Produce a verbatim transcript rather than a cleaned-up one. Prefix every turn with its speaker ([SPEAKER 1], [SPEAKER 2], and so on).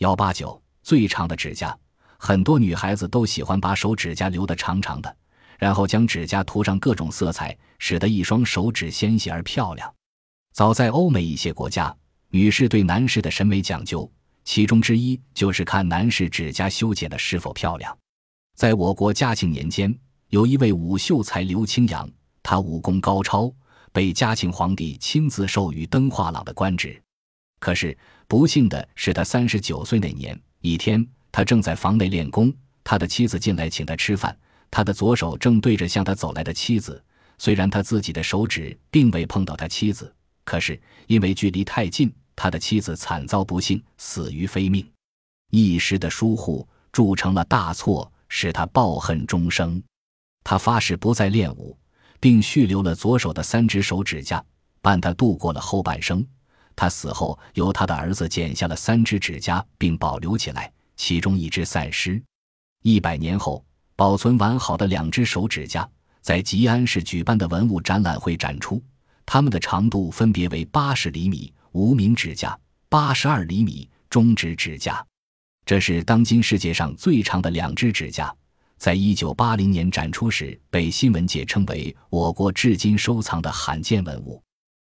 [SPEAKER 1] 一八九最长的指甲，很多女孩子都喜欢把手指甲留得长长的，然后将指甲涂上各种色彩，使得一双手指纤细而漂亮。早在欧美一些国家，女士对男士的审美讲究，其中之一就是看男士指甲修剪的是否漂亮。在我国嘉庆年间，有一位武秀才刘清扬，他武功高超，被嘉庆皇帝亲自授予登画廊的官职。可是不幸的是，他三十九岁那年一天，他正在房内练功，他的妻子进来请他吃饭，他的左手正对着向他走来的妻子，虽然他自己的手指并未碰到他妻子，可是因为距离太近，他的妻子惨遭不幸，死于非命。一时的疏忽铸成了大错，使他抱恨终生。他发誓不再练武，并续留了左手的三只手指甲，伴他度过了后半生。他死后由他的儿子剪下了三只指甲并保留起来，其中一只散失。一百年后，保存完好的两只手指甲在吉安市举办的文物展览会展出，它们的长度分别为八十厘米无名指甲、八十二厘米中指指甲。这是当今世界上最长的两只指甲，在一九八零年展出时被新闻界称为我国至今收藏的罕见文物。